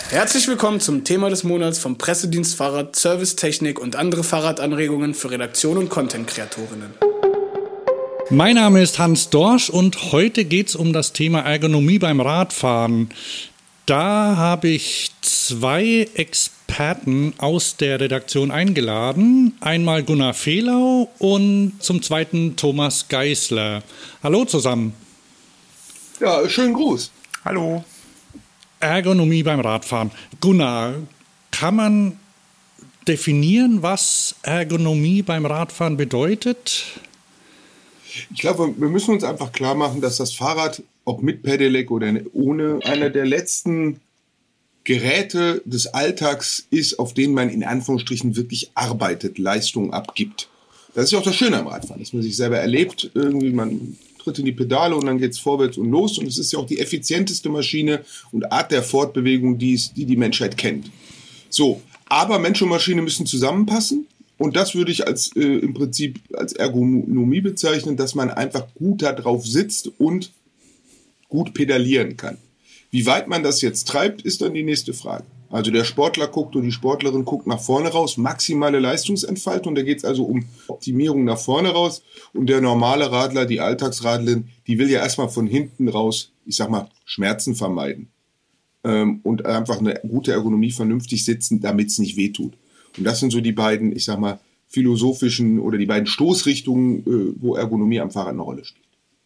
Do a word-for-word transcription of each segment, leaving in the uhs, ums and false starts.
Herzlich willkommen zum Thema des Monats vom Pressedienst Fahrrad, Servicetechnik und andere Fahrradanregungen für Redaktion und Content-Kreatorinnen. Mein Name ist Hans Dorsch und heute geht es um das Thema Ergonomie beim Radfahren. Da habe ich zwei Experten aus der Redaktion eingeladen. Einmal Gunnar Fehlau und zum zweiten Thomas Geisler. Hallo zusammen. Ja, schönen Gruß. Hallo. Ergonomie beim Radfahren. Gunnar, kann man definieren, was Ergonomie beim Radfahren bedeutet? Ich glaube, wir müssen uns einfach klar machen, dass das Fahrrad, ob mit Pedelec oder ohne, einer der letzten Geräte des Alltags ist, auf denen man in Anführungsstrichen wirklich arbeitet, Leistung abgibt. Das ist ja auch das Schöne am Radfahren, dass man sich selber erlebt. Irgendwie man tritt in die Pedale und dann geht es vorwärts und los. Und es ist ja auch die effizienteste Maschine und Art der Fortbewegung, die es, die, die Menschheit kennt. So, aber Mensch und Maschine müssen zusammenpassen. Und das würde ich als äh, im Prinzip als Ergonomie bezeichnen, dass man einfach gut da drauf sitzt und gut pedalieren kann. Wie weit man das jetzt treibt, ist dann die nächste Frage. Also der Sportler guckt und die Sportlerin guckt nach vorne raus, maximale Leistungsentfaltung, da geht es also um Optimierung nach vorne raus. Und der normale Radler, die Alltagsradlerin, die will ja erstmal von hinten raus, ich sag mal, Schmerzen vermeiden. Ähm, und einfach eine gute Ergonomie vernünftig sitzen, damit es nicht wehtut. Und das sind so die beiden, ich sag mal, philosophischen oder die beiden Stoßrichtungen, äh, wo Ergonomie am Fahrrad eine Rolle spielt.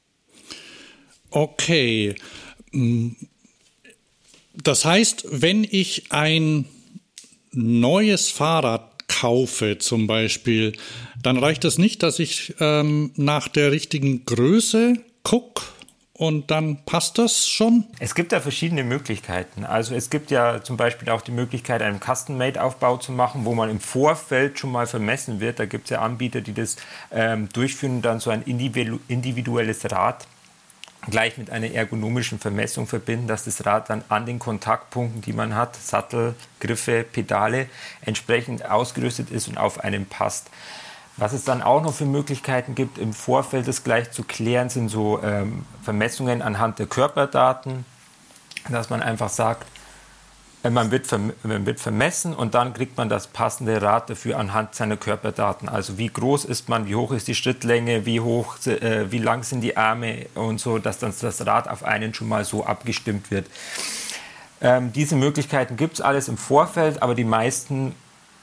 Okay. Das heißt, wenn ich ein neues Fahrrad kaufe zum Beispiel, dann reicht es nicht, dass ich ähm, nach der richtigen Größe gucke und dann passt das schon? Es gibt da verschiedene Möglichkeiten. Also es gibt ja zum Beispiel auch die Möglichkeit, einen Custom-Made-Aufbau zu machen, wo man im Vorfeld schon mal vermessen wird. Da gibt es ja Anbieter, die das ähm, durchführen und dann so ein individu- individuelles Rad gleich mit einer ergonomischen Vermessung verbinden, dass das Rad dann an den Kontaktpunkten, die man hat, Sattel, Griffe, Pedale, entsprechend ausgerüstet ist und auf einen passt. Was es dann auch noch für Möglichkeiten gibt, im Vorfeld das gleich zu klären, sind so ähm, Vermessungen anhand der Körperdaten, dass man einfach sagt, man wird, verm- man wird vermessen und dann kriegt man das passende Rad dafür anhand seiner Körperdaten. Also wie groß ist man, wie hoch ist die Schrittlänge, wie hoch, äh, wie lang sind die Arme und so, dass dann das Rad auf einen schon mal so abgestimmt wird. Ähm, diese Möglichkeiten gibt es alles im Vorfeld, aber die meisten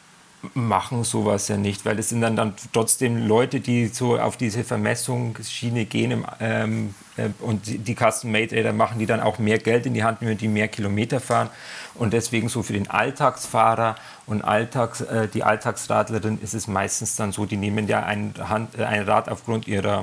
machen sowas ja nicht, weil es sind dann, dann trotzdem Leute, die so auf diese Vermessungsschiene gehen im, ähm, äh, und die, die Custom-Made-Räder machen, die dann auch mehr Geld in die Hand nehmen, die mehr Kilometer fahren und deswegen so für den Alltagsfahrer und Alltags, äh, die Alltagsradlerin ist es meistens dann so, die nehmen ja ein, Hand, äh, ein Rad aufgrund ihrer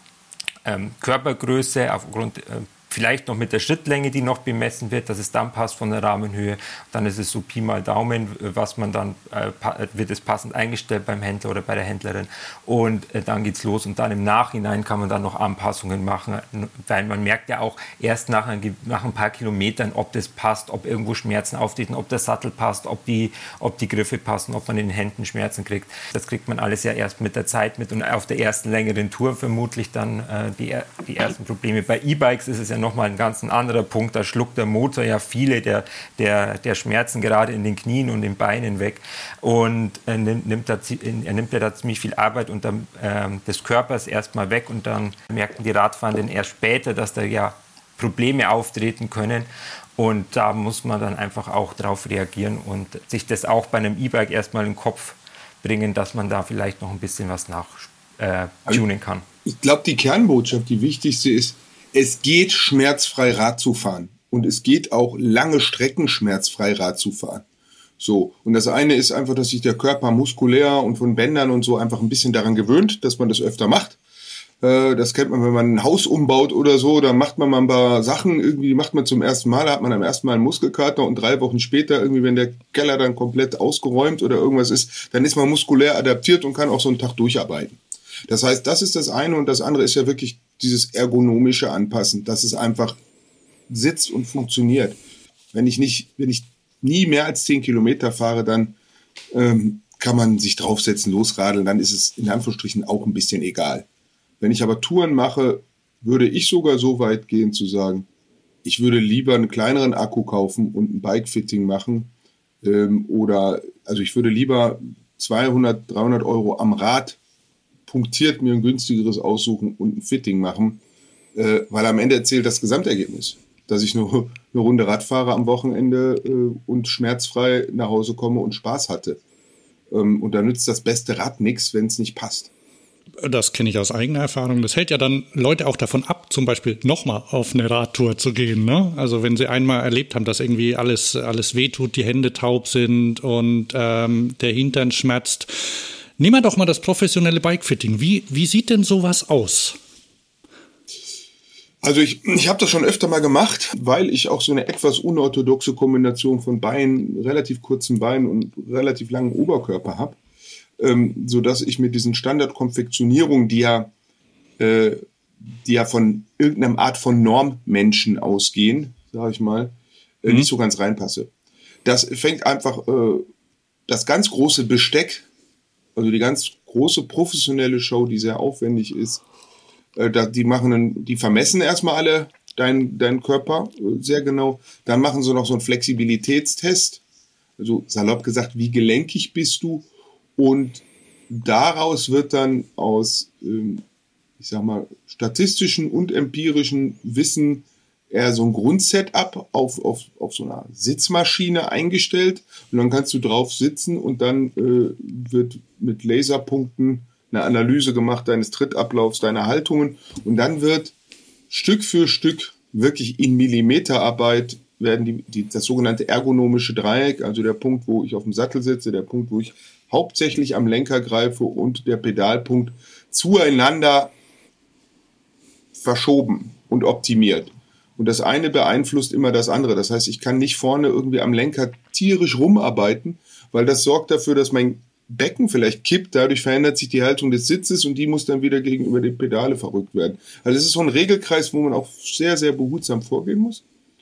ähm, Körpergröße, aufgrund äh, vielleicht noch mit der Schrittlänge, die noch bemessen wird, dass es dann passt von der Rahmenhöhe. Dann ist es so Pi mal Daumen, was man dann, äh, wird es passend eingestellt beim Händler oder bei der Händlerin. Und äh, dann geht's los. Und dann im Nachhinein kann man dann noch Anpassungen machen, weil man merkt ja auch erst nach ein, nach ein paar Kilometern, ob das passt, ob irgendwo Schmerzen auftreten, ob der Sattel passt, ob die, ob die Griffe passen, ob man in den Händen Schmerzen kriegt. Das kriegt man alles ja erst mit der Zeit mit und auf der ersten längeren Tour vermutlich dann äh, die, die ersten Probleme. Bei E-Bikes ist es ja nochmal ein ganz anderer Punkt. Da schluckt der Motor ja viele der, der, der Schmerzen gerade in den Knien und den Beinen weg. Und er nimmt, nimmt da, er nimmt ja da ziemlich viel Arbeit und dann, ähm, des Körpers erstmal weg. Und dann merken die Radfahrenden erst später, dass da ja Probleme auftreten können. Und da muss man dann einfach auch drauf reagieren und sich das auch bei einem E-Bike erstmal in den Kopf bringen, dass man da vielleicht noch ein bisschen was nachtunen äh, kann. Ich glaube, die Kernbotschaft, die wichtigste ist, es geht schmerzfrei Rad zu fahren und es geht auch lange Strecken schmerzfrei Rad zu fahren. So, und das eine ist einfach, dass sich der Körper muskulär und von Bändern und so einfach ein bisschen daran gewöhnt, dass man das öfter macht. Äh, das kennt man, wenn man ein Haus umbaut oder so, dann macht man mal ein paar Sachen, irgendwie macht man zum ersten Mal, da hat man am ersten Mal einen Muskelkater und drei Wochen später, irgendwie wenn der Keller dann komplett ausgeräumt oder irgendwas ist, dann ist man muskulär adaptiert und kann auch so einen Tag durcharbeiten. Das heißt, das ist das eine und das andere ist ja wirklich dieses ergonomische Anpassen, dass es einfach sitzt und funktioniert. Wenn ich nicht, wenn ich nie mehr als zehn Kilometer fahre, dann ähm, kann man sich draufsetzen, losradeln, dann ist es in Anführungsstrichen auch ein bisschen egal. Wenn ich aber Touren mache, würde ich sogar so weit gehen zu sagen, ich würde lieber einen kleineren Akku kaufen und ein Bike-Fitting machen. Ähm, oder, also ich würde lieber zweihundert, dreihundert Euro am Rad punktiert mir ein günstigeres aussuchen und ein Fitting machen, äh, weil am Ende zählt das Gesamtergebnis. Dass ich nur eine Runde Rad fahre am Wochenende äh, und schmerzfrei nach Hause komme und Spaß hatte. Ähm, und da nützt das beste Rad nichts, wenn es nicht passt. Das kenne ich aus eigener Erfahrung. Das hält ja dann Leute auch davon ab, zum Beispiel nochmal auf eine Radtour zu gehen. Ne? Also wenn sie einmal erlebt haben, dass irgendwie alles, alles wehtut, die Hände taub sind und ähm, der Hintern schmerzt. Nehmen wir doch mal das professionelle Bikefitting. Wie, wie sieht denn sowas aus? Also ich, ich habe das schon öfter mal gemacht, weil ich auch so eine etwas unorthodoxe Kombination von Beinen, relativ kurzen Beinen und relativ langen Oberkörper habe. Ähm, sodass ich mit diesen Standardkonfektionierungen, die ja, äh, die ja von irgendeiner Art von Normmenschen ausgehen, sage ich mal, äh, mhm. nicht so ganz reinpasse. Das fängt einfach äh, das ganz große Besteck, also die ganz große professionelle Show, die sehr aufwendig ist, äh, da, die machen einen, die vermessen erstmal alle deinen dein Körper äh, sehr genau. Dann machen sie noch so einen Flexibilitätstest, also salopp gesagt, wie gelenkig bist du? Und daraus wird dann aus, ähm, ich sag mal, statistischen und empirischen Wissen eher so ein Grundsetup auf, auf, auf so einer Sitzmaschine eingestellt. Und dann kannst du drauf sitzen und dann äh, wird mit Laserpunkten eine Analyse gemacht deines Trittablaufs, deiner Haltungen. Und dann wird Stück für Stück wirklich in Millimeterarbeit werden die, die, das sogenannte ergonomische Dreieck, also der Punkt, wo ich auf dem Sattel sitze, der Punkt, wo ich hauptsächlich am Lenker greife und der Pedalpunkt zueinander verschoben und optimiert. Und das eine beeinflusst immer das andere. Das heißt, ich kann nicht vorne irgendwie am Lenker tierisch rumarbeiten, weil das sorgt dafür, dass mein Becken vielleicht kippt. Dadurch verändert sich die Haltung des Sitzes und die muss dann wieder gegenüber den Pedale verrückt werden. Also es ist so ein Regelkreis, wo man auch sehr, sehr behutsam vorgehen muss.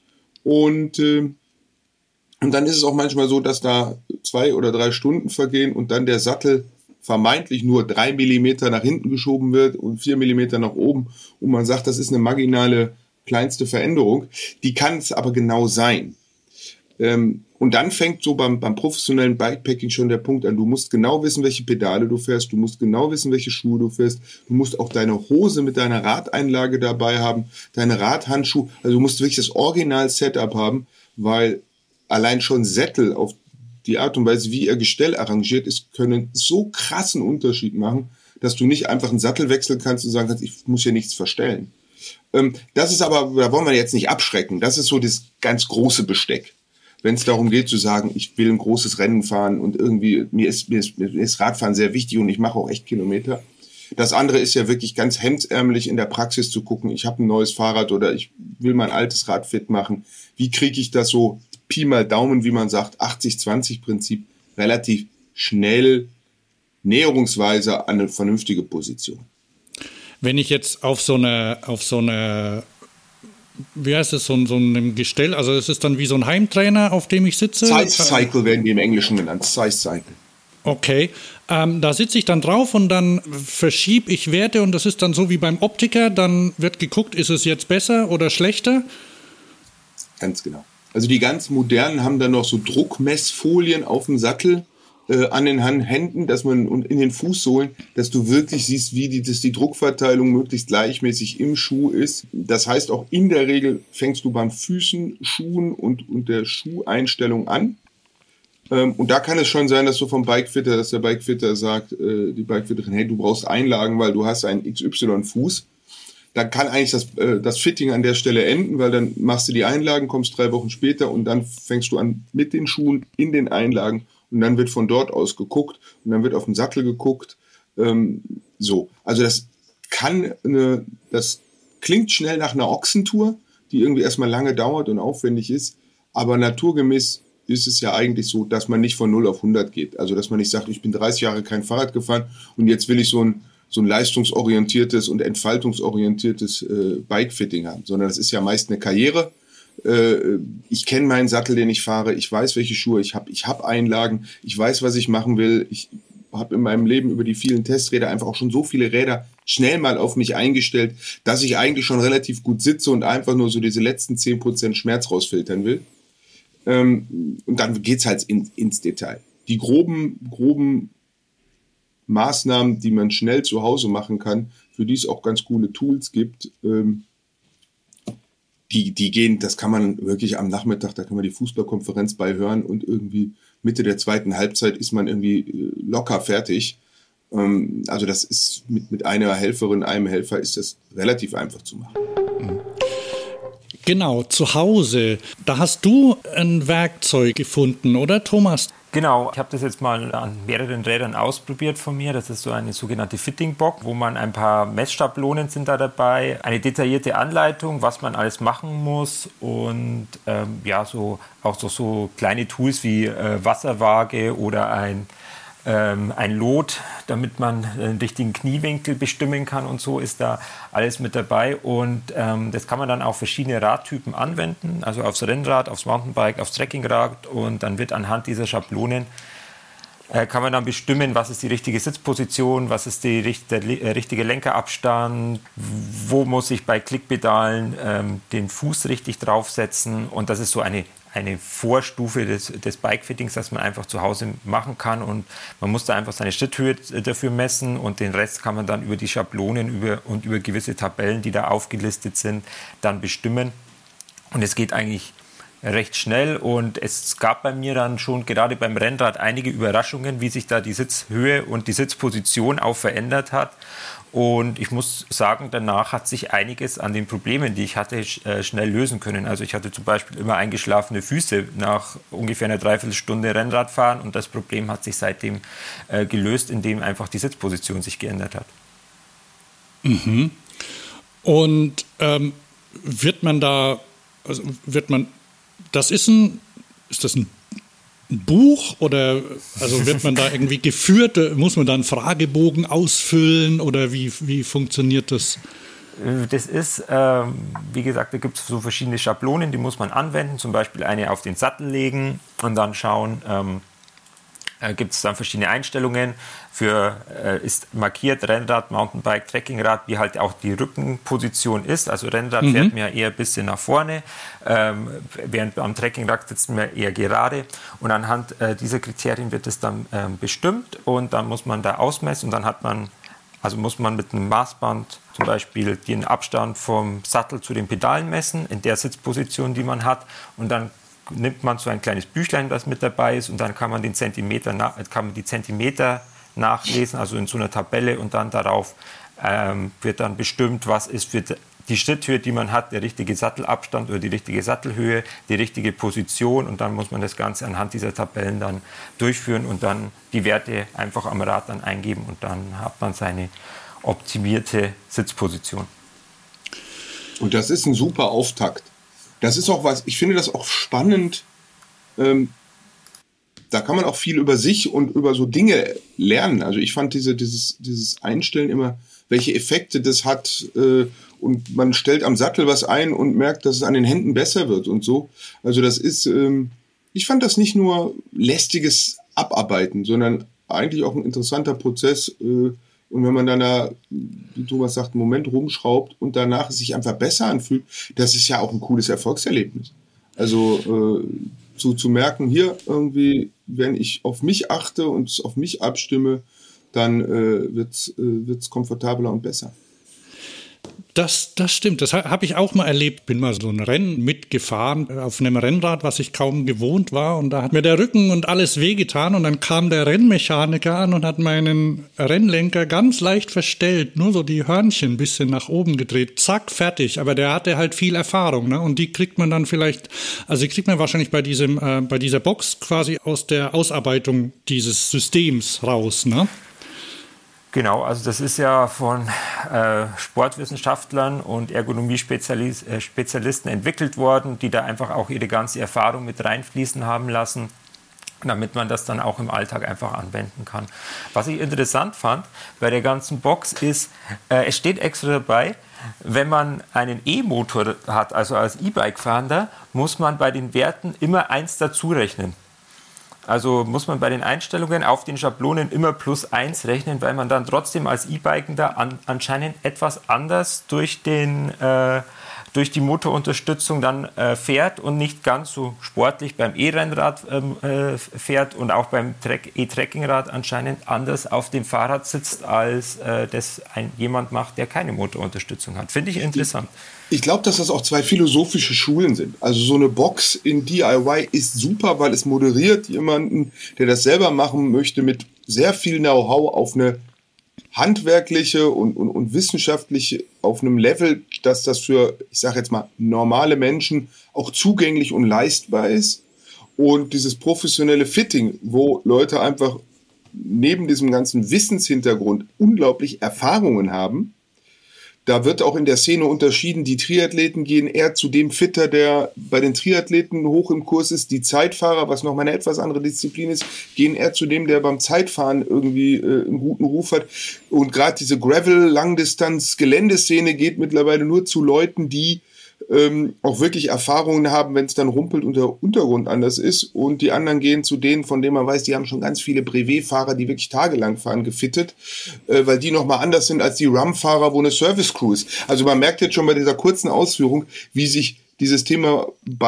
Und äh, Und dann ist es auch manchmal so, dass da zwei oder drei Stunden vergehen und dann der Sattel vermeintlich nur drei Millimeter nach hinten geschoben wird und vier Millimeter nach oben. Und man sagt, das ist eine marginale kleinste Veränderung. Die kann es aber genau sein. Ähm, und dann fängt so beim, beim professionellen Bikepacking schon der Punkt an. Du musst genau wissen, welche Pedale du fährst. Du musst genau wissen, welche Schuhe du fährst. Du musst auch deine Hose mit deiner Radeinlage dabei haben, deine Radhandschuhe. Also du musst wirklich das Original-Setup haben, weil allein schon Sättel auf die Art und Weise, wie ihr Gestell arrangiert ist, können so krassen Unterschied machen, dass du nicht einfach einen Sattel wechseln kannst und sagen kannst, ich muss hier nichts verstellen. Ähm, das ist aber, da wollen wir jetzt nicht abschrecken, das ist so das ganz große Besteck. Wenn es darum geht zu sagen, ich will ein großes Rennen fahren und irgendwie, mir ist, mir ist, mir ist Radfahren sehr wichtig und ich mache auch echt Kilometer. Das andere ist ja wirklich ganz hemdsärmelig in der Praxis zu gucken, ich habe ein neues Fahrrad oder ich will mein altes Rad fit machen. Wie kriege ich das so Pi mal Daumen, wie man sagt, achtzig zwanzig Prinzip, relativ schnell, näherungsweise an eine vernünftige Position. Wenn ich jetzt auf so eine, auf so eine, wie heißt es, so, so einem Gestell, also es ist dann wie so ein Heimtrainer, auf dem ich sitze? Size Cycle werden die im Englischen genannt, Size Cycle. Okay, ähm, da sitze ich dann drauf und dann verschiebe ich Werte und das ist dann so wie beim Optiker, dann wird geguckt, ist es jetzt besser oder schlechter? Ganz genau. Also die ganz modernen haben dann noch so Druckmessfolien auf dem Sattel äh, an den Händen, dass man und in den Fußsohlen, dass du wirklich siehst, wie die, dass die Druckverteilung möglichst gleichmäßig im Schuh ist. Das heißt auch in der Regel fängst du beim Füßen, Schuhen und, und der Schuheinstellung an. Ähm, und da kann es schon sein, dass du vom Bikefitter, dass der Bikefitter sagt, äh, die Bikefitterin, hey, du brauchst Einlagen, weil du hast einen X Y-Fuß. Dann kann eigentlich das, äh, das Fitting an der Stelle enden, weil dann machst du die Einlagen, kommst drei Wochen später und dann fängst du an mit den Schuhen in den Einlagen und dann wird von dort aus geguckt und dann wird auf den Sattel geguckt. Ähm, so, also das kann eine, das klingt schnell nach einer Ochsentour, die irgendwie erstmal lange dauert und aufwendig ist, aber naturgemäß ist es ja eigentlich so, dass man nicht von null auf hundert geht. Also dass man nicht sagt, ich bin dreißig Jahre kein Fahrrad gefahren und jetzt will ich so ein so ein leistungsorientiertes und entfaltungsorientiertes äh, Bikefitting haben, sondern das ist ja meist eine Karriere. Äh, ich kenne meinen Sattel, den ich fahre, ich weiß, welche Schuhe ich habe, ich habe Einlagen, ich weiß, was ich machen will, ich habe in meinem Leben über die vielen Testräder einfach auch schon so viele Räder schnell mal auf mich eingestellt, dass ich eigentlich schon relativ gut sitze und einfach nur so diese letzten zehn Prozent Schmerz rausfiltern will. Ähm, und dann geht's halt in, ins Detail. Die groben, groben Maßnahmen, die man schnell zu Hause machen kann, für die es auch ganz coole Tools gibt, ähm, die, die gehen, das kann man wirklich am Nachmittag, da kann man die Fußballkonferenz bei hören und irgendwie Mitte der zweiten Halbzeit ist man irgendwie locker fertig. Ähm, also das ist mit, mit einer Helferin, einem Helfer ist das relativ einfach zu machen. Genau, zu Hause, da hast du ein Werkzeug gefunden, oder Thomas? Genau, ich habe das jetzt mal an mehreren Rädern ausprobiert von mir. Das ist so eine sogenannte Fitting-Box, wo man ein paar Messschablonen sind da dabei, eine detaillierte Anleitung, was man alles machen muss und ähm, ja, so auch so, so kleine Tools wie äh, Wasserwaage oder ein Ähm, ein Lot, damit man den richtigen Kniewinkel bestimmen kann und so ist da alles mit dabei und ähm, das kann man dann auf verschiedene Radtypen anwenden, also aufs Rennrad, aufs Mountainbike, aufs Trekkingrad und dann wird anhand dieser Schablonen äh, kann man dann bestimmen, was ist die richtige Sitzposition, was ist die, der, der richtige Lenkerabstand, wo muss ich bei Klickpedalen ähm, den Fuß richtig draufsetzen und das ist so eine eine Vorstufe des, des Bikefittings, das man einfach zu Hause machen kann und man muss da einfach seine Schritthöhe dafür messen und den Rest kann man dann über die Schablonen über, und über gewisse Tabellen, die da aufgelistet sind, dann bestimmen und es geht eigentlich recht schnell und es gab bei mir dann schon gerade beim Rennrad einige Überraschungen, wie sich da die Sitzhöhe und die Sitzposition auch verändert hat. Und ich muss sagen, danach hat sich einiges an den Problemen, die ich hatte, äh, schnell lösen können. Also ich hatte zum Beispiel immer eingeschlafene Füße nach ungefähr einer Dreiviertelstunde Rennradfahren und das Problem hat sich seitdem äh, gelöst, indem einfach die Sitzposition sich geändert hat. Mhm. Und ähm, wird man da, also wird man, das ist ein, ist das ein ein Buch oder also wird man da irgendwie geführt? Muss man da einen Fragebogen ausfüllen oder wie, wie funktioniert das? Das ist, ähm, wie gesagt, da gibt es so verschiedene Schablonen, die muss man anwenden, zum Beispiel eine auf den Sattel legen und dann schauen, ähm, äh, gibt es dann verschiedene Einstellungen für, äh, ist markiert Rennrad, Mountainbike, Trekkingrad, wie halt auch die Rückenposition ist. Also Rennrad mhm. fährt mir eher ein bisschen nach vorne, ähm, während am Trekkingrad sitzt mir eher gerade. Und anhand äh, dieser Kriterien wird es dann ähm, bestimmt und dann muss man da ausmessen und dann hat man, also muss man mit einem Maßband zum Beispiel den Abstand vom Sattel zu den Pedalen messen, in der Sitzposition, die man hat und dann nimmt man so ein kleines Büchlein, das mit dabei ist und dann kann man den Zentimeter, kann man die Zentimeter nachlesen, also in so einer Tabelle und dann darauf ähm, wird dann bestimmt, was ist für die Schritthöhe, die man hat, der richtige Sattelabstand oder die richtige Sattelhöhe, die richtige Position und dann muss man das Ganze anhand dieser Tabellen dann durchführen und dann die Werte einfach am Rad dann eingeben und dann hat man seine optimierte Sitzposition. Und das ist ein super Auftakt. Das ist auch was, ich finde das auch spannend, ähm, da kann man auch viel über sich und über so Dinge lernen. Also ich fand diese, dieses, dieses Einstellen immer, welche Effekte das hat äh, und man stellt am Sattel was ein und merkt, dass es an den Händen besser wird und so. Also das ist, ähm, ich fand das nicht nur lästiges Abarbeiten, sondern eigentlich auch ein interessanter Prozess. Äh, und wenn man dann da, wie Thomas sagt, einen Moment rumschraubt und danach sich einfach besser anfühlt, das ist ja auch ein cooles Erfolgserlebnis. Also äh, so zu merken, hier irgendwie, wenn ich auf mich achte und es auf mich abstimme, dann äh, wird es äh, wird's komfortabler und besser. Das, das stimmt, das habe ich auch mal erlebt. Bin mal so ein Rennen mitgefahren auf einem Rennrad, was ich kaum gewohnt war. Und da hat mir der Rücken und alles wehgetan. Und dann kam der Rennmechaniker an und hat meinen Rennlenker ganz leicht verstellt. Nur so die Hörnchen ein bisschen nach oben gedreht. Zack, fertig. Aber der hatte halt viel Erfahrung. Ne? Und die kriegt man dann vielleicht, also die kriegt man wahrscheinlich bei, diesem, äh, bei dieser Box quasi aus der Ausarbeitung dieses Systems raus, ne? Genau, also das ist ja von äh, Sportwissenschaftlern und Ergonomie-Spezialisten entwickelt worden, die da einfach auch ihre ganze Erfahrung mit reinfließen haben lassen, damit man das dann auch im Alltag einfach anwenden kann. Was ich interessant fand bei der ganzen Box ist, äh, es steht extra dabei, wenn man einen E-Motor hat, also als E-Bike-Fahrender, muss man bei den Werten immer eins dazu rechnen. Also muss man bei den Einstellungen auf den Schablonen immer plus eins rechnen, weil man dann trotzdem als E-Bikender an, anscheinend etwas anders durch, den, äh, durch die Motorunterstützung dann äh, fährt und nicht ganz so sportlich beim E-Rennrad äh, fährt und auch beim Trek- E-Trekkingrad anscheinend anders auf dem Fahrrad sitzt, als äh, das ein, jemand macht, der keine Motorunterstützung hat. Finde ich interessant. Ich glaube, dass das auch zwei philosophische Schulen sind. Also so eine Box in D I Y ist super, weil es moderiert jemanden, der das selber machen möchte, mit sehr viel Know-how auf eine handwerkliche und, und, und wissenschaftliche, auf einem Level, dass das für, ich sage jetzt mal, normale Menschen auch zugänglich und leistbar ist. Und dieses professionelle Fitting, wo Leute einfach neben diesem ganzen Wissenshintergrund unglaublich Erfahrungen haben. Da wird auch in der Szene unterschieden, die Triathleten gehen eher zu dem Fitter, der bei den Triathleten hoch im Kurs ist. Die Zeitfahrer, was nochmal eine etwas andere Disziplin ist, gehen eher zu dem, der beim Zeitfahren irgendwie äh, einen guten Ruf hat. Und gerade diese Gravel-Langdistanz-Geländeszene geht mittlerweile nur zu Leuten, die ähm, auch wirklich Erfahrungen haben, wenn es dann rumpelt und der Untergrund anders ist. Und die anderen gehen zu denen, von denen man weiß, die haben schon ganz viele Brevet-Fahrer, die wirklich tagelang fahren, gefittet, äh, weil die nochmal anders sind als die R A M-Fahrer, wo eine Service-Crew ist. Also man merkt jetzt schon bei dieser kurzen Ausführung, wie sich dieses Thema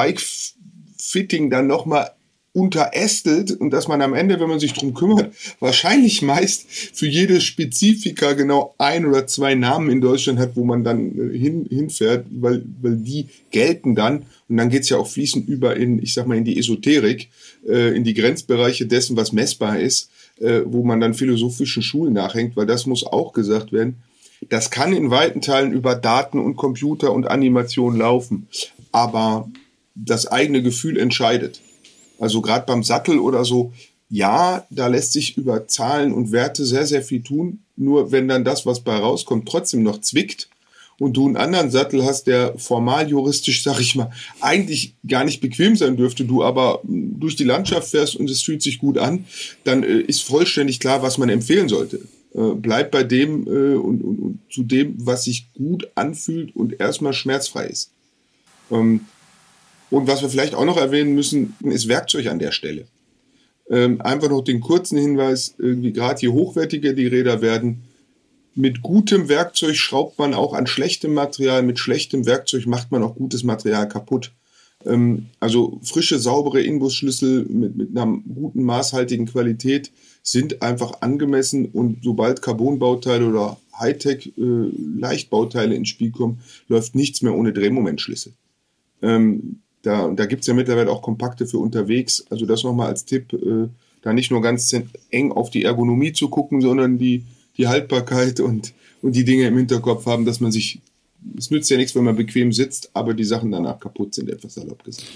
Bike-Fitting dann nochmal unterästelt und dass man am Ende, wenn man sich drum kümmert, wahrscheinlich meist für jede Spezifika genau ein oder zwei Namen in Deutschland hat, wo man dann hin, hinfährt, weil, weil die gelten dann und dann geht's ja auch fließend über in, ich sag mal, in die Esoterik, äh, in die Grenzbereiche dessen, was messbar ist, äh, wo man dann philosophischen Schulen nachhängt, weil das muss auch gesagt werden. Das kann in weiten Teilen über Daten und Computer und Animation laufen, aber das eigene Gefühl entscheidet. Also gerade beim Sattel oder so, ja, da lässt sich über Zahlen und Werte sehr, sehr viel tun. Nur wenn dann das, was bei rauskommt, trotzdem noch zwickt und du einen anderen Sattel hast, der formal juristisch, sag ich mal, eigentlich gar nicht bequem sein dürfte, du aber durch die Landschaft fährst und es fühlt sich gut an, dann äh, ist vollständig klar, was man empfehlen sollte. Äh, bleib bei dem äh, und, und, und zu dem, was sich gut anfühlt und erstmal schmerzfrei ist. Ähm, Und was wir vielleicht auch noch erwähnen müssen, ist Werkzeug an der Stelle. Ähm, einfach noch den kurzen Hinweis, irgendwie gerade je hochwertiger die Räder werden, mit gutem Werkzeug schraubt man auch an schlechtem Material, mit schlechtem Werkzeug macht man auch gutes Material kaputt. Ähm, also frische, saubere Inbusschlüssel mit, mit einer guten, maßhaltigen Qualität sind einfach angemessen und sobald Carbonbauteile oder Hightech-Leichtbauteile äh, ins Spiel kommen, läuft nichts mehr ohne Drehmomentschlüssel. Ähm, Da, da gibt es ja mittlerweile auch Kompakte für unterwegs. Also das nochmal als Tipp, äh, da nicht nur ganz eng auf die Ergonomie zu gucken, sondern die, die Haltbarkeit und, und die Dinge im Hinterkopf haben, dass man sich, es nützt ja nichts, wenn man bequem sitzt, aber die Sachen danach kaputt sind, etwas salopp gesagt.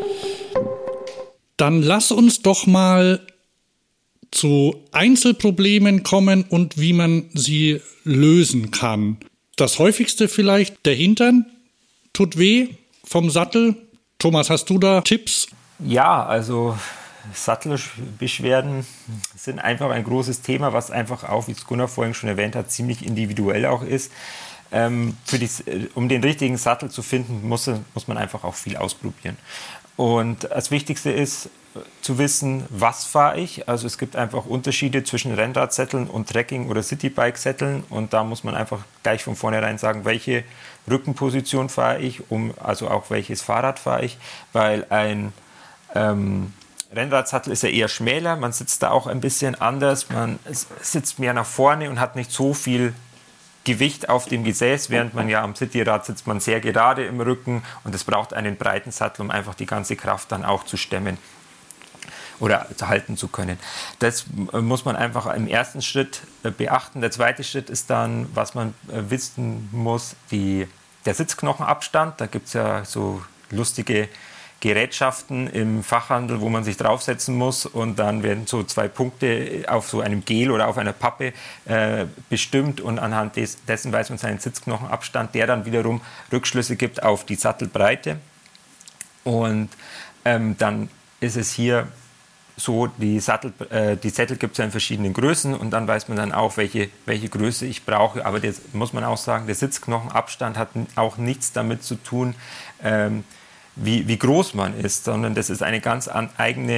Dann lass uns doch mal zu Einzelproblemen kommen und wie man sie lösen kann. Das häufigste vielleicht, der Hintern tut weh vom Sattel. Thomas, hast du da Tipps? Ja, also Sattelbeschwerden sind einfach ein großes Thema, was einfach auch, wie es Gunnar vorhin schon erwähnt hat, ziemlich individuell auch ist. Ähm, für die, um den richtigen Sattel zu finden, muss, muss man einfach auch viel ausprobieren. Und das Wichtigste ist zu wissen, was fahre ich. Also es gibt einfach Unterschiede zwischen Rennradsätteln und Trekking- oder Citybike-Sätteln und da muss man einfach gleich von vornherein sagen, welche Rückenposition fahre ich, um, also auch welches Fahrrad fahre ich, weil ein ähm, Rennradsattel ist ja eher schmäler, man sitzt da auch ein bisschen anders, man sitzt mehr nach vorne und hat nicht so viel Gewicht auf dem Gesäß, während man ja am Cityrad sitzt man sehr gerade im Rücken und es braucht einen breiten Sattel, um einfach die ganze Kraft dann auch zu stemmen oder halten zu können. Das muss man einfach im ersten Schritt beachten. Der zweite Schritt ist dann, was man wissen muss, die, der Sitzknochenabstand. Da gibt es ja so lustige Gerätschaften im Fachhandel, wo man sich draufsetzen muss und dann werden so zwei Punkte auf so einem Gel oder auf einer Pappe äh, bestimmt und anhand des, dessen weiß man seinen Sitzknochenabstand, der dann wiederum Rückschlüsse gibt auf die Sattelbreite. Und ähm, dann ist es hier so, die Sattel, äh, die Sättel gibt es ja in verschiedenen Größen und dann weiß man dann auch, welche, welche Größe ich brauche. Aber das muss man auch sagen, der Sitzknochenabstand hat auch nichts damit zu tun, ähm, wie, wie groß man ist, sondern das ist eine ganz an, eigene,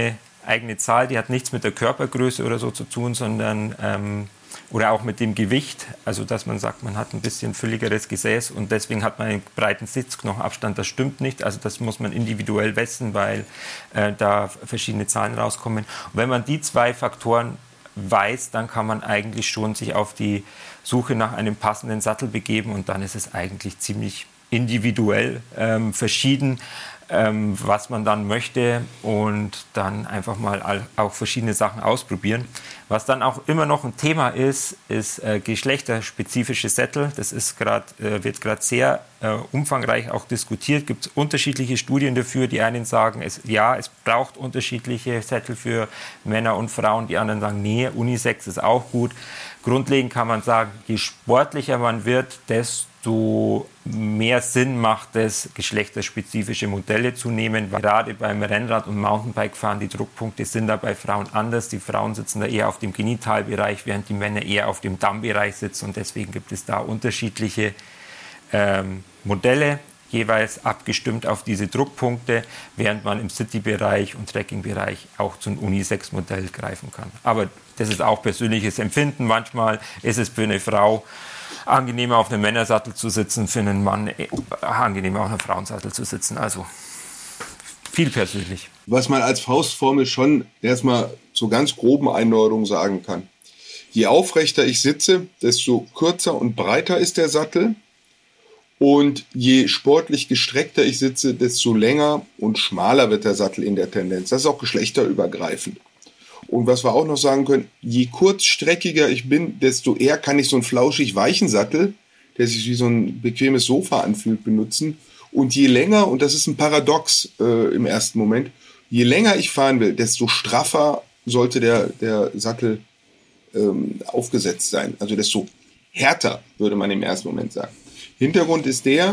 eigene Zahl, die hat nichts mit der Körpergröße oder so zu tun, sondern ähm, oder auch mit dem Gewicht, also dass man sagt, man hat ein bisschen fülligeres Gesäß und deswegen hat man einen breiten Sitzknochenabstand, das stimmt nicht, also das muss man individuell messen, weil äh, da verschiedene Zahlen rauskommen. Und wenn man die zwei Faktoren weiß, dann kann man eigentlich schon sich auf die Suche nach einem passenden Sattel begeben und dann ist es eigentlich ziemlich individuell ähm, verschieden, ähm, was man dann möchte und dann einfach mal all, auch verschiedene Sachen ausprobieren. Was dann auch immer noch ein Thema ist, ist äh, geschlechterspezifische Sättel. Das ist grad, äh, wird gerade sehr äh, umfangreich auch diskutiert. Es gibt unterschiedliche Studien dafür. Die einen sagen, es, ja, es braucht unterschiedliche Sättel für Männer und Frauen. Die anderen sagen, nee, Unisex ist auch gut. Grundlegend kann man sagen, je sportlicher man wird, desto mehr Sinn macht es, geschlechterspezifische Modelle zu nehmen. Weil gerade beim Rennrad- und Mountainbike-Fahren, die Druckpunkte sind da bei Frauen anders. Die Frauen sitzen da eher auf dem Genitalbereich, während die Männer eher auf dem Dammbereich sitzen. Und deswegen gibt es da unterschiedliche ähm, Modelle, jeweils abgestimmt auf diese Druckpunkte, während man im City-Bereich und Trekking-Bereich auch zum Unisex-Modell greifen kann. Aber das ist auch persönliches Empfinden. Manchmal ist es für eine Frau angenehmer, auf einem Männersattel zu sitzen, für einen Mann angenehmer, auf einem Frauensattel zu sitzen. Also viel persönlich. Was man als Faustformel schon erstmal zur ganz groben Einordnung sagen kann. Je aufrechter ich sitze, desto kürzer und breiter ist der Sattel. Und je sportlich gestreckter ich sitze, desto länger und schmaler wird der Sattel in der Tendenz. Das ist auch geschlechterübergreifend. Und was wir auch noch sagen können, je kurzstreckiger ich bin, desto eher kann ich so einen flauschig weichen Sattel, der sich wie so ein bequemes Sofa anfühlt, benutzen. Und je länger, und das ist ein Paradox äh, im ersten Moment, je länger ich fahren will, desto straffer sollte der, der Sattel ähm, aufgesetzt sein. Also desto härter, würde man im ersten Moment sagen. Hintergrund ist der,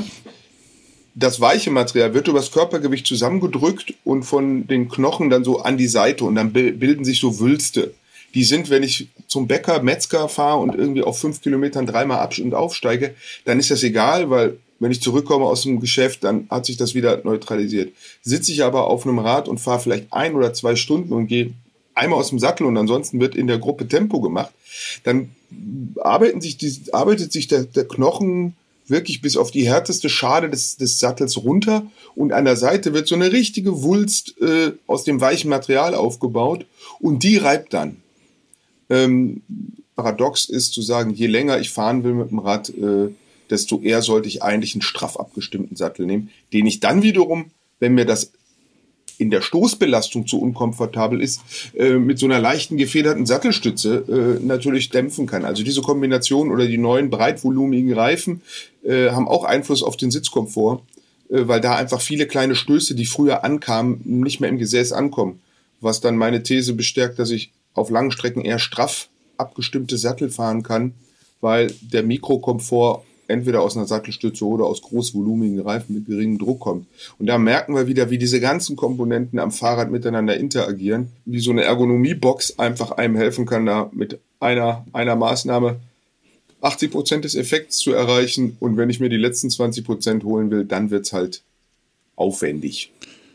das weiche Material wird über das Körpergewicht zusammengedrückt und von den Knochen dann so an die Seite und dann bilden sich so Wülste. Die sind, wenn ich zum Bäcker, Metzger fahre und irgendwie auf fünf Kilometern dreimal ab- und aufsteige, dann ist das egal, weil wenn ich zurückkomme aus dem Geschäft, dann hat sich das wieder neutralisiert. Sitze ich aber auf einem Rad und fahre vielleicht ein oder zwei Stunden und gehe einmal aus dem Sattel und ansonsten wird in der Gruppe Tempo gemacht, dann arbeiten sich die, arbeitet sich der, der Knochen wirklich bis auf die härteste Schade des, des Sattels runter und an der Seite wird so eine richtige Wulst äh, aus dem weichen Material aufgebaut und die reibt dann. Ähm, paradox ist zu sagen, je länger ich fahren will mit dem Rad, äh, desto eher sollte ich eigentlich einen straff abgestimmten Sattel nehmen, den ich dann wiederum, wenn mir das in der Stoßbelastung zu unkomfortabel ist, äh, mit so einer leichten gefederten Sattelstütze äh, natürlich dämpfen kann. Also diese Kombination oder die neuen breitvolumigen Reifen äh, haben auch Einfluss auf den Sitzkomfort, äh, weil da einfach viele kleine Stöße, die früher ankamen, nicht mehr im Gesäß ankommen. Was dann meine These bestärkt, dass ich auf langen Strecken eher straff abgestimmte Sattel fahren kann, weil der Mikrokomfort entweder aus einer Sattelstütze oder aus großvolumigen Reifen mit geringem Druck kommt. Und da merken wir wieder, wie diese ganzen Komponenten am Fahrrad miteinander interagieren, wie so eine Ergonomiebox einfach einem helfen kann, da mit einer, einer Maßnahme achtzig Prozent des Effekts zu erreichen. Und wenn ich mir die letzten zwanzig Prozent holen will, dann wird's halt aufwendig.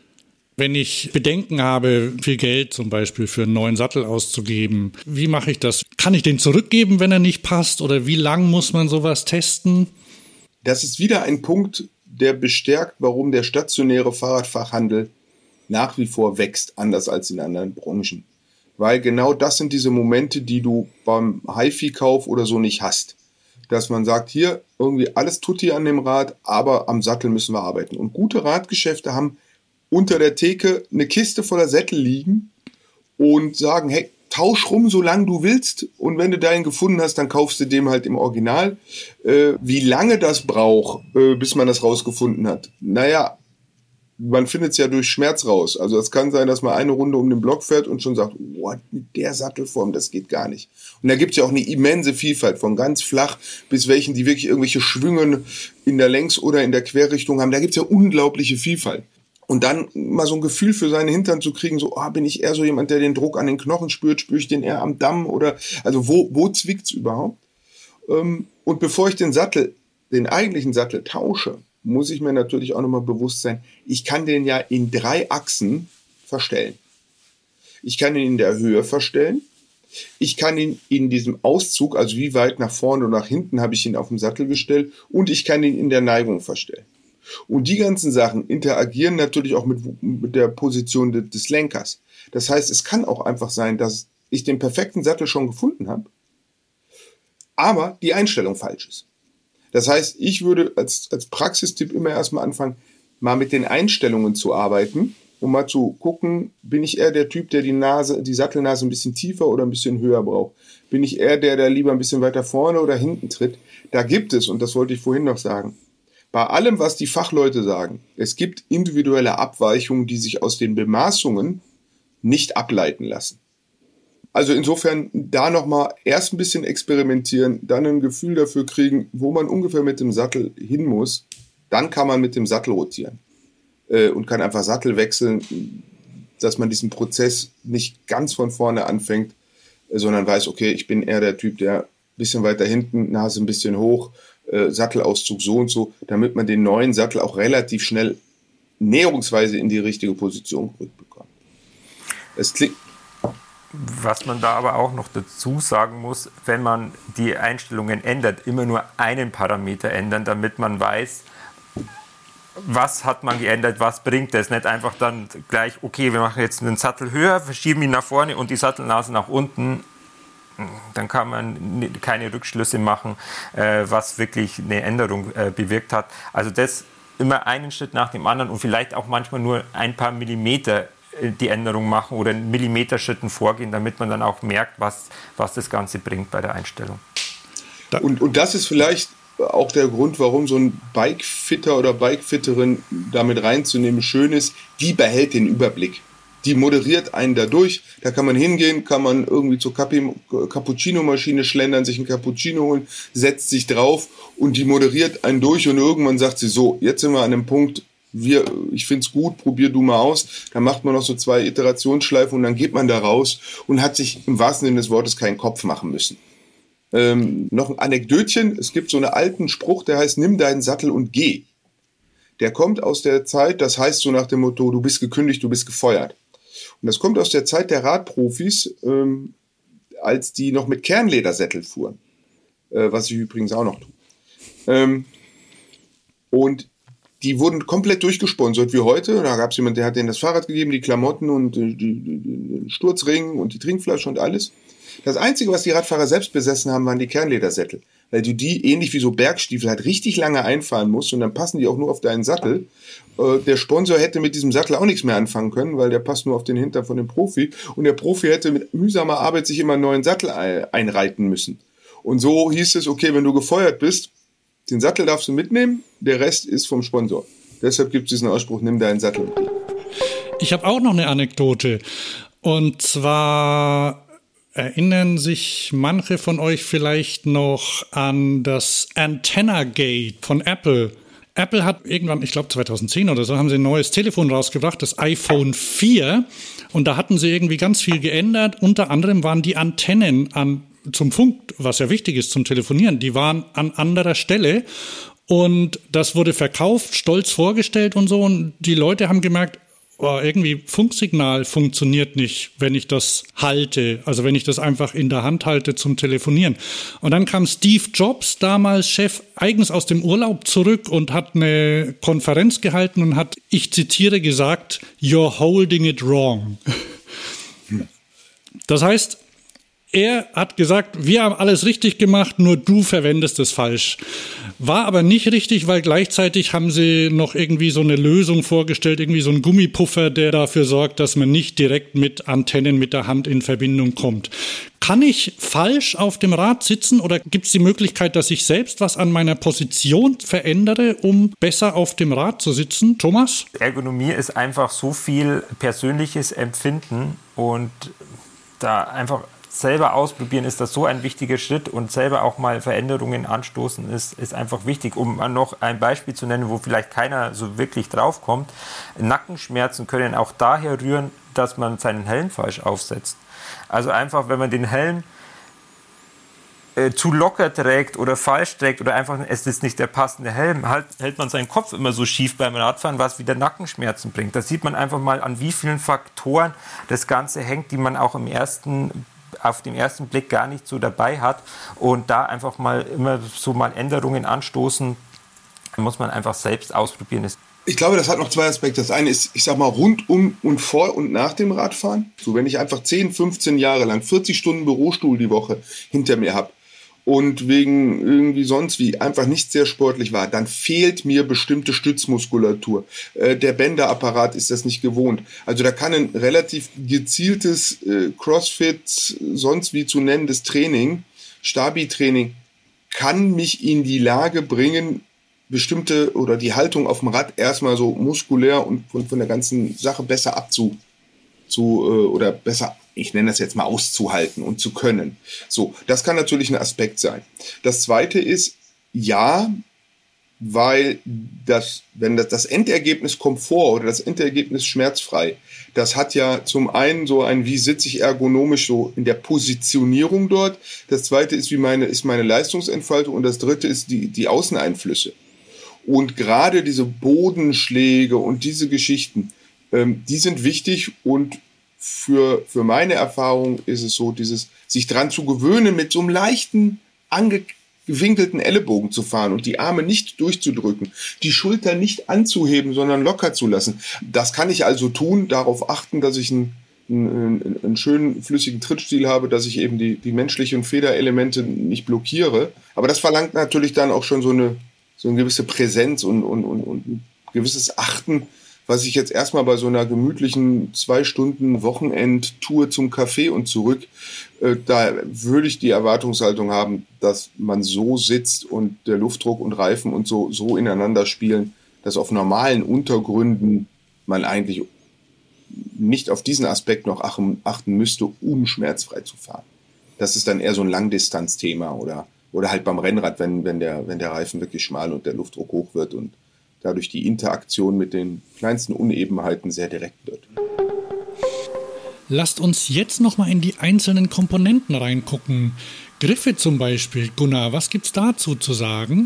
Wenn ich Bedenken habe, viel Geld zum Beispiel für einen neuen Sattel auszugeben, wie mache ich das? Kann ich den zurückgeben, wenn er nicht passt? Oder wie lang muss man sowas testen? Das ist wieder ein Punkt, der bestärkt, warum der stationäre Fahrradfachhandel nach wie vor wächst, anders als in anderen Branchen. Weil genau das sind diese Momente, die du beim HiFi-Kauf oder so nicht hast. Dass man sagt, hier irgendwie alles tutti an dem Rad, aber am Sattel müssen wir arbeiten. Und gute Radgeschäfte haben unter der Theke eine Kiste voller Sättel liegen und sagen, hey, tausch rum, solange du willst. Und wenn du deinen gefunden hast, dann kaufst du dem halt im Original. Äh, wie lange das braucht, äh, bis man das rausgefunden hat? Naja, man findet es ja durch Schmerz raus. Also es kann sein, dass man eine Runde um den Block fährt und schon sagt, what, mit der Sattelform, das geht gar nicht. Und da gibt es ja auch eine immense Vielfalt, von ganz flach bis welchen, die wirklich irgendwelche Schwünge in der Längs- oder in der Querrichtung haben. Da gibt es ja unglaubliche Vielfalt. Und dann mal so ein Gefühl für seinen Hintern zu kriegen, so, oh, bin ich eher so jemand, der den Druck an den Knochen spürt, spüre ich den eher am Damm oder, also wo, wo zwickt's überhaupt? Und bevor ich den Sattel, den eigentlichen Sattel tausche, muss ich mir natürlich auch nochmal bewusst sein, ich kann den ja in drei Achsen verstellen. Ich kann ihn in der Höhe verstellen. Ich kann ihn in diesem Auszug, also wie weit nach vorne oder nach hinten habe ich ihn auf dem Sattel gestellt, und ich kann ihn in der Neigung verstellen. Und die ganzen Sachen interagieren natürlich auch mit, mit der Position de, des Lenkers. Das heißt, es kann auch einfach sein, dass ich den perfekten Sattel schon gefunden habe, aber die Einstellung falsch ist. Das heißt, ich würde als, als Praxistipp immer erstmal anfangen, mal mit den Einstellungen zu arbeiten, um mal zu gucken, bin ich eher der Typ, der die Nase, die Sattelnase ein bisschen tiefer oder ein bisschen höher braucht? Bin ich eher der, der lieber ein bisschen weiter vorne oder hinten tritt? Da gibt es, und das wollte ich vorhin noch sagen, bei allem, was die Fachleute sagen, es gibt individuelle Abweichungen, die sich aus den Bemaßungen nicht ableiten lassen. Also insofern da nochmal erst ein bisschen experimentieren, dann ein Gefühl dafür kriegen, wo man ungefähr mit dem Sattel hin muss. Dann kann man mit dem Sattel rotieren äh, und kann einfach Sattel wechseln, dass man diesen Prozess nicht ganz von vorne anfängt, äh, sondern weiß, okay, ich bin eher der Typ, der ein bisschen weiter hinten, Nase ein bisschen hoch, äh, Sattelauszug so und so, damit man den neuen Sattel auch relativ schnell näherungsweise in die richtige Position gerückt bekommt. Es klingt... Was man da aber auch noch dazu sagen muss, wenn man die Einstellungen ändert, immer nur einen Parameter ändern, damit man weiß, was hat man geändert, was bringt es. Nicht einfach dann gleich, okay, wir machen jetzt einen Sattel höher, verschieben ihn nach vorne und die Sattelnase nach unten. Dann kann man keine Rückschlüsse machen, was wirklich eine Änderung bewirkt hat. Also das immer einen Schritt nach dem anderen und vielleicht auch manchmal nur ein paar Millimeter die Änderung machen oder in Millimeterschritten vorgehen, damit man dann auch merkt, was, was das Ganze bringt bei der Einstellung. Und, und das ist vielleicht auch der Grund, warum so ein Bikefitter oder Bikefitterin damit reinzunehmen schön ist, die behält den Überblick. Die moderiert einen dadurch, da kann man hingehen, kann man irgendwie zur Cappuccino-Maschine schlendern, sich ein Cappuccino holen, setzt sich drauf und die moderiert einen durch und irgendwann sagt sie so, jetzt sind wir an einem Punkt, wir, ich finde es gut, probier du mal aus. Dann macht man noch so zwei Iterationsschleifen und dann geht man da raus und hat sich im wahrsten Sinne des Wortes keinen Kopf machen müssen. Ähm, noch ein Anekdötchen, es gibt so einen alten Spruch, der heißt, nimm deinen Sattel und geh. Der kommt aus der Zeit, das heißt so nach dem Motto, du bist gekündigt, du bist gefeuert. Und das kommt aus der Zeit der Radprofis, ähm, als die noch mit Kernledersättel fuhren. Äh, was ich übrigens auch noch tue. Ähm, und die wurden komplett durchgesponsert wie heute. Da gab es jemanden, der hat denen das Fahrrad gegeben, die Klamotten und die, die, die, den Sturzring und die Trinkflasche und alles. Das Einzige, was die Radfahrer selbst besessen haben, waren die Kernledersättel. Weil du die, ähnlich wie so Bergstiefel, halt richtig lange einfahren musst und dann passen die auch nur auf deinen Sattel. Äh, der Sponsor hätte mit diesem Sattel auch nichts mehr anfangen können, weil der passt nur auf den Hintern von dem Profi. Und der Profi hätte mit mühsamer Arbeit sich immer einen neuen Sattel einreiten müssen. Und so hieß es, okay, wenn du gefeuert bist, den Sattel darfst du mitnehmen, der Rest ist vom Sponsor. Deshalb gibt es diesen Ausspruch, nimm deinen Sattel mit. Ich habe auch noch eine Anekdote. Und zwar erinnern sich manche von euch vielleicht noch an das Antenna-Gate von Apple. Apple hat irgendwann, ich glaube zweitausendzehn oder so, haben sie ein neues Telefon rausgebracht, das iPhone vier. Und da hatten sie irgendwie ganz viel geändert. Unter anderem waren die Antennen an zum Funk, was ja wichtig ist zum Telefonieren, die waren an anderer Stelle und das wurde verkauft, stolz vorgestellt und so und die Leute haben gemerkt, oh, irgendwie Funksignal funktioniert nicht, wenn ich das halte, also wenn ich das einfach in der Hand halte zum Telefonieren. Und dann kam Steve Jobs, damals Chef, eigens aus dem Urlaub zurück und hat eine Konferenz gehalten und hat, ich zitiere, gesagt, "You're holding it wrong." Das heißt, er hat gesagt, wir haben alles richtig gemacht, nur du verwendest es falsch. War aber nicht richtig, weil gleichzeitig haben sie noch irgendwie so eine Lösung vorgestellt, irgendwie so ein Gummipuffer, der dafür sorgt, dass man nicht direkt mit Antennen mit der Hand in Verbindung kommt. Kann ich falsch auf dem Rad sitzen oder gibt es die Möglichkeit, dass ich selbst was an meiner Position verändere, um besser auf dem Rad zu sitzen? Thomas? Ergonomie ist einfach so viel persönliches Empfinden und da einfach selber ausprobieren ist das so ein wichtiger Schritt und selber auch mal Veränderungen anstoßen ist, ist einfach wichtig. Um noch ein Beispiel zu nennen, wo vielleicht keiner so wirklich draufkommt. Nackenschmerzen können auch daher rühren, dass man seinen Helm falsch aufsetzt. Also einfach, wenn man den Helm äh, zu locker trägt oder falsch trägt oder einfach es ist nicht der passende Helm, halt, hält man seinen Kopf immer so schief beim Radfahren, was wieder Nackenschmerzen bringt. Da sieht man einfach mal, an wie vielen Faktoren das Ganze hängt, die man auch im ersten auf den ersten Blick gar nicht so dabei hat, und da einfach mal immer so mal Änderungen anstoßen, muss man einfach selbst ausprobieren. Ich glaube, das hat noch zwei Aspekte. Das eine ist, ich sag mal, rundum und vor und nach dem Radfahren. So, wenn ich einfach zehn, fünfzehn Jahre lang vierzig Stunden Bürostuhl die Woche hinter mir habe und wegen irgendwie sonst wie einfach nicht sehr sportlich war, dann fehlt mir bestimmte Stützmuskulatur. Äh, der Bänderapparat ist das nicht gewohnt. Also da kann ein relativ gezieltes äh, Crossfit, sonst wie zu nennendes Training, Stabi-Training, kann mich in die Lage bringen, bestimmte oder die Haltung auf dem Rad erstmal so muskulär und von, von der ganzen Sache besser abzu zu, äh, oder besser, ich nenne das jetzt mal, auszuhalten und zu können. So, das kann natürlich ein Aspekt sein. Das zweite ist, ja, weil das, wenn das, das Endergebnis Komfort oder das Endergebnis schmerzfrei, das hat ja zum einen so ein, wie sitze ich ergonomisch so in der Positionierung dort. Das zweite ist, wie meine, ist meine Leistungsentfaltung, und das dritte ist die, die Außeneinflüsse. Und gerade diese Bodenschläge und diese Geschichten, ähm, die sind wichtig, und für, für meine Erfahrung ist es so, dieses, sich dran zu gewöhnen, mit so einem leichten, angewinkelten Ellenbogen zu fahren und die Arme nicht durchzudrücken, die Schulter nicht anzuheben, sondern locker zu lassen. Das kann ich also tun, darauf achten, dass ich einen, einen, einen schönen, flüssigen Trittstil habe, dass ich eben die, die menschlichen Federelemente nicht blockiere. Aber das verlangt natürlich dann auch schon so eine so eine gewisse Präsenz und, und, und, und ein gewisses Achten, was ich jetzt erstmal bei so einer gemütlichen zwei Stunden Wochenend-Tour zum Café und zurück, äh, da würde ich die Erwartungshaltung haben, dass man so sitzt und der Luftdruck und Reifen und so, so ineinander spielen, dass auf normalen Untergründen man eigentlich nicht auf diesen Aspekt noch achten, achten müsste, um schmerzfrei zu fahren. Das ist dann eher so ein Langdistanzthema oder Oder halt beim Rennrad, wenn, wenn, der, wenn der Reifen wirklich schmal und der Luftdruck hoch wird und dadurch die Interaktion mit den kleinsten Unebenheiten sehr direkt wird. Lasst uns jetzt nochmal in die einzelnen Komponenten reingucken. Griffe zum Beispiel. Gunnar, was gibt's dazu zu sagen?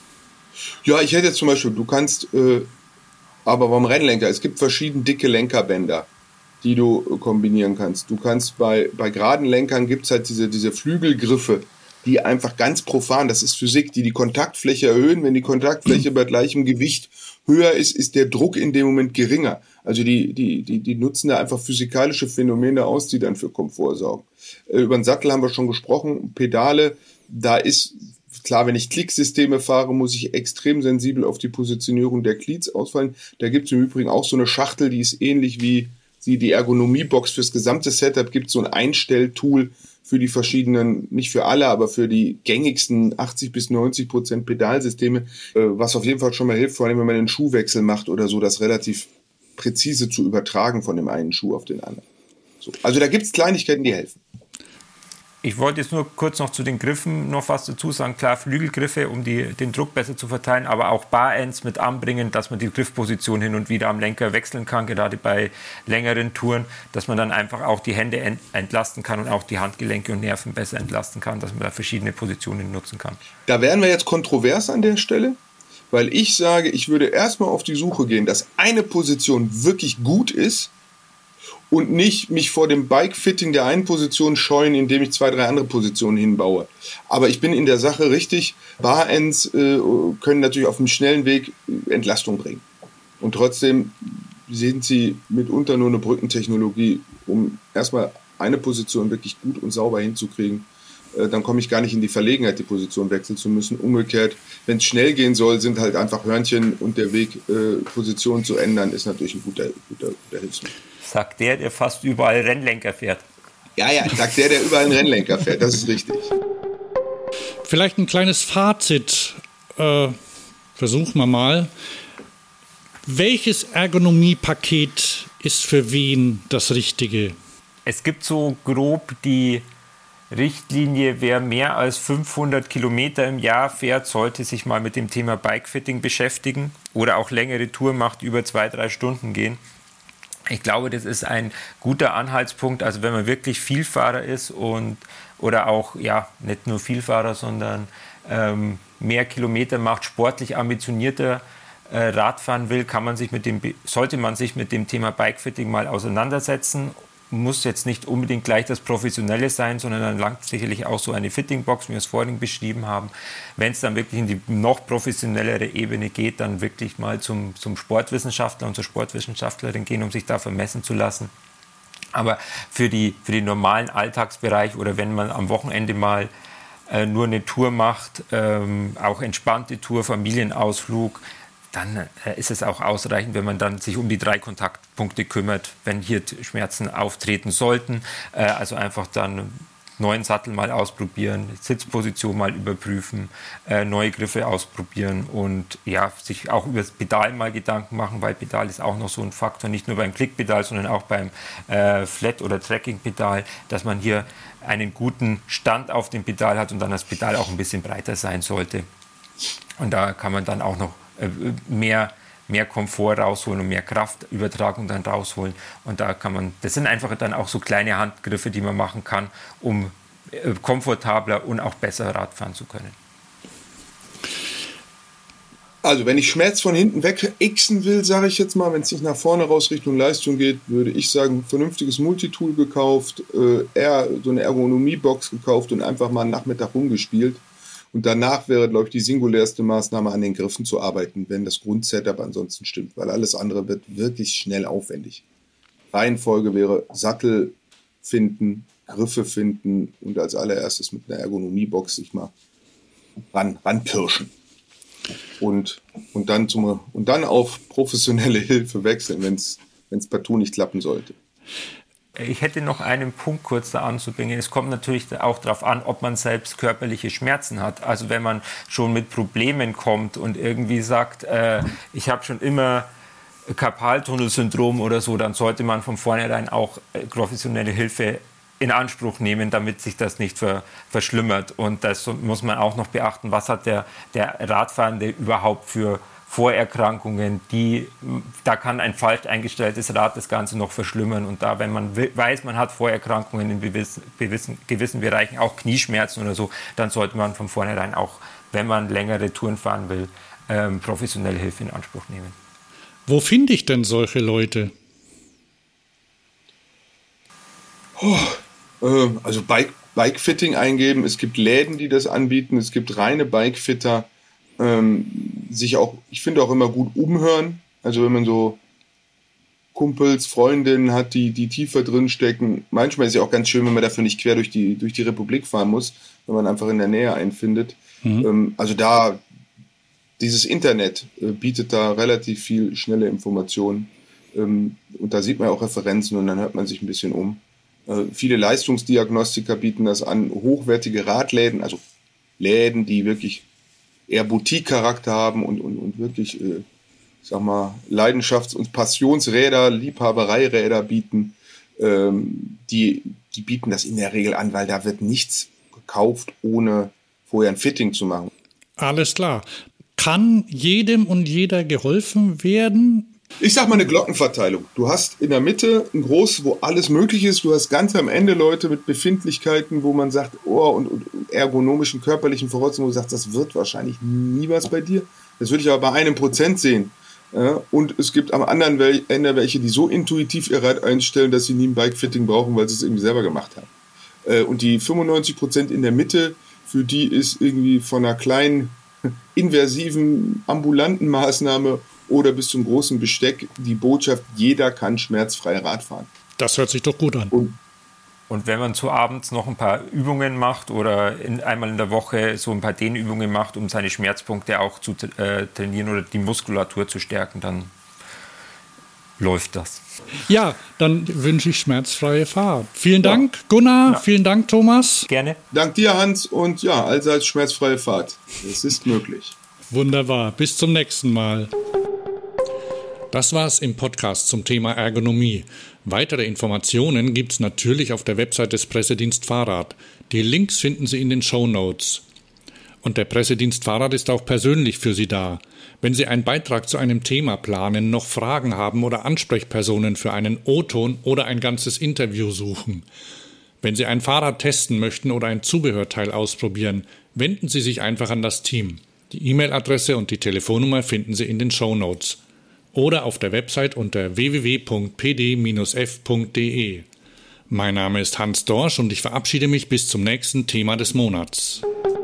Ja, ich hätte jetzt zum Beispiel, du kannst, äh, aber beim Rennlenker, es gibt verschiedene dicke Lenkerbänder, die du kombinieren kannst. Du kannst bei, bei geraden Lenkern gibt's halt diese, diese Flügelgriffe, die einfach ganz profan, das ist Physik, die die Kontaktfläche erhöhen. Wenn die Kontaktfläche bei gleichem Gewicht höher ist, ist der Druck in dem Moment geringer. Also die, die, die, die nutzen da einfach physikalische Phänomene aus, die dann für Komfort sorgen. Äh, über den Sattel haben wir schon gesprochen, Pedale, da ist klar, wenn ich Klicksysteme fahre, muss ich extrem sensibel auf die Positionierung der Glieds ausfallen. Da gibt es im Übrigen auch so eine Schachtel, die ist ähnlich wie die Ergonomiebox fürs gesamte Setup, gibt es so ein Einstelltool für die verschiedenen, nicht für alle, aber für die gängigsten achtzig bis neunzig Prozent Pedalsysteme, was auf jeden Fall schon mal hilft, vor allem wenn man einen Schuhwechsel macht oder so, das relativ präzise zu übertragen von dem einen Schuh auf den anderen. So. Also da gibt es Kleinigkeiten, die helfen. Ich wollte jetzt nur kurz noch zu den Griffen noch was dazu sagen. Klar, Flügelgriffe, um die, den Druck besser zu verteilen, aber auch Bar-Ends mit anbringen, dass man die Griffposition hin und wieder am Lenker wechseln kann, gerade bei längeren Touren, dass man dann einfach auch die Hände ent- entlasten kann und auch die Handgelenke und Nerven besser entlasten kann, dass man da verschiedene Positionen nutzen kann. Da wären wir jetzt kontrovers an der Stelle, weil ich sage, ich würde erstmal auf die Suche gehen, dass eine Position wirklich gut ist, und nicht mich vor dem Bike-Fitting der einen Position scheuen, indem ich zwei, drei andere Positionen hinbaue. Aber ich bin in der Sache richtig. Bar-Ends äh, können natürlich auf einem schnellen Weg Entlastung bringen. Und trotzdem sind sie mitunter nur eine Brückentechnologie, um erstmal eine Position wirklich gut und sauber hinzukriegen. Äh, dann komme ich gar nicht in die Verlegenheit, die Position wechseln zu müssen. Umgekehrt, wenn es schnell gehen soll, sind halt einfach Hörnchen und der Weg, äh, Position zu ändern, ist natürlich ein guter, guter, guter Hilfsmittel. Sagt der, der fast überall Rennlenker fährt. Ja, ja, sagt der, der überall einen Rennlenker fährt. Das ist richtig. Vielleicht ein kleines Fazit. Äh, versuchen wir mal. Welches Ergonomiepaket ist für wen das Richtige? Es gibt so grob die Richtlinie, wer mehr als fünfhundert Kilometer im Jahr fährt, sollte sich mal mit dem Thema Bikefitting beschäftigen oder auch längere Touren macht, über zwei, drei Stunden gehen. Ich glaube, das ist ein guter Anhaltspunkt. Also wenn man wirklich Vielfahrer ist und oder auch ja nicht nur Vielfahrer, sondern ähm, mehr Kilometer macht, sportlich ambitionierter äh, Radfahren will, kann man sich mit dem, sollte man sich mit dem Thema Bikefitting mal auseinandersetzen. Muss jetzt nicht unbedingt gleich das Professionelle sein, sondern dann langt sicherlich auch so eine Fittingbox, wie wir es vorhin beschrieben haben. Wenn es dann wirklich in die noch professionellere Ebene geht, dann wirklich mal zum, zum Sportwissenschaftler und zur Sportwissenschaftlerin gehen, um sich da vermessen zu lassen. Aber für, die, für den normalen Alltagsbereich oder wenn man am Wochenende mal äh, nur eine Tour macht, ähm, auch entspannte Tour, Familienausflug, dann äh, ist es auch ausreichend, wenn man dann sich um die drei Kontaktpunkte kümmert, wenn hier Schmerzen auftreten sollten. Äh, also einfach dann neuen Sattel mal ausprobieren, Sitzposition mal überprüfen, äh, neue Griffe ausprobieren und ja, sich auch über das Pedal mal Gedanken machen, weil Pedal ist auch noch so ein Faktor, nicht nur beim Klickpedal, sondern auch beim äh, Flat- oder Tracking-Pedal, dass man hier einen guten Stand auf dem Pedal hat und dann das Pedal auch ein bisschen breiter sein sollte. Und da kann man dann auch noch mehr, mehr Komfort rausholen und mehr Kraftübertragung dann rausholen. Und da kann man, das sind einfach dann auch so kleine Handgriffe, die man machen kann, um komfortabler und auch besser Radfahren zu können. Also wenn ich Schmerz von hinten weg xen will, sage ich jetzt mal, wenn es nicht nach vorne raus Richtung Leistung geht, würde ich sagen, vernünftiges Multitool gekauft, äh, eher so eine Ergonomiebox gekauft und einfach mal einen Nachmittag rumgespielt. Und danach wäre, glaube ich, die singulärste Maßnahme, an den Griffen zu arbeiten, wenn das Grundsetup ansonsten stimmt, weil alles andere wird wirklich schnell aufwendig. Reihenfolge wäre Sattel finden, Griffe finden und als allererstes mit einer Ergonomiebox sich mal ran, ranpirschen. Und, und, dann zum, und dann auf professionelle Hilfe wechseln, wenn es partout nicht klappen sollte. Ich hätte noch einen Punkt kurz da anzubringen. Es kommt natürlich auch darauf an, ob man selbst körperliche Schmerzen hat. Also wenn man schon mit Problemen kommt und irgendwie sagt, äh, ich habe schon immer Karpaltunnelsyndrom oder so, dann sollte man von vornherein auch professionelle Hilfe in Anspruch nehmen, damit sich das nicht ver, verschlimmert. Und das muss man auch noch beachten, was hat der, der Radfahrende überhaupt für Vorerkrankungen, die, da kann ein falsch eingestelltes Rad das Ganze noch verschlimmern. Und da, wenn man weiß, man hat Vorerkrankungen in gewissen, gewissen, gewissen Bereichen, auch Knieschmerzen oder so, dann sollte man von vornherein auch, wenn man längere Touren fahren will, ähm, professionelle Hilfe in Anspruch nehmen. Wo finde ich denn solche Leute? Oh, äh, also Bike, Bikefitting eingeben. Es gibt Läden, die das anbieten. Es gibt reine Bikefitter. Ähm, sich auch, ich finde auch immer gut umhören. Also wenn man so Kumpels, Freundinnen hat, die, die tiefer drin stecken. Manchmal ist es ja auch ganz schön, wenn man dafür nicht quer durch die, durch die Republik fahren muss, wenn man einfach in der Nähe einen findet. Mhm. Ähm, also da, dieses Internet äh, bietet da relativ viel schnelle Informationen. Ähm, und da sieht man auch Referenzen und dann hört man sich ein bisschen um. Äh, viele Leistungsdiagnostiker bieten das an, hochwertige Radläden, also Läden, die wirklich eher Boutique-Charakter haben und, und, und wirklich, äh, ich sag mal, Leidenschafts- und Passionsräder, Liebhabereiräder bieten, ähm, die, die bieten das in der Regel an, weil da wird nichts gekauft, ohne vorher ein Fitting zu machen. Alles klar. Kann jedem und jeder geholfen werden? Ich sag mal eine Glockenverteilung. Du hast in der Mitte ein großes, wo alles möglich ist. Du hast ganz am Ende Leute mit Befindlichkeiten, wo man sagt, oh, und, und ergonomischen, körperlichen Voraussetzungen, wo du sagst, das wird wahrscheinlich nie was bei dir. Das würde ich aber bei einem Prozent sehen. Ja, und es gibt am anderen Ende welche, die so intuitiv ihr Rad einstellen, dass sie nie ein Bikefitting brauchen, weil sie es irgendwie selber gemacht haben. Und die fünfundneunzig Prozent in der Mitte, für die ist irgendwie von einer kleinen, inversiven, ambulanten Maßnahme oder bis zum großen Besteck die Botschaft, jeder kann schmerzfrei Rad fahren. Das hört sich doch gut an. Und, und wenn man zu abends noch ein paar Übungen macht oder in, einmal in der Woche so ein paar Dehnübungen macht, um seine Schmerzpunkte auch zu äh, trainieren oder die Muskulatur zu stärken, dann läuft das. Ja, dann wünsche ich schmerzfreie Fahrt. Vielen ja. Dank, Gunnar. Ja. Vielen Dank, Thomas. Gerne. Dank dir, Hans. Und ja, allseits schmerzfreie Fahrt. Es ist möglich. Wunderbar. Bis zum nächsten Mal. Das war's im Podcast zum Thema Ergonomie. Weitere Informationen gibt's natürlich auf der Website des Pressedienst Fahrrad. Die Links finden Sie in den Shownotes. Und der Pressedienst Fahrrad ist auch persönlich für Sie da. Wenn Sie einen Beitrag zu einem Thema planen, noch Fragen haben oder Ansprechpersonen für einen O-Ton oder ein ganzes Interview suchen. Wenn Sie ein Fahrrad testen möchten oder ein Zubehörteil ausprobieren, wenden Sie sich einfach an das Team. Die E-Mail-Adresse und die Telefonnummer finden Sie in den Shownotes oder auf der Website unter w w w punkt p d Bindestrich f punkt d e. Mein Name ist Hans Dorsch und ich verabschiede mich bis zum nächsten Thema des Monats.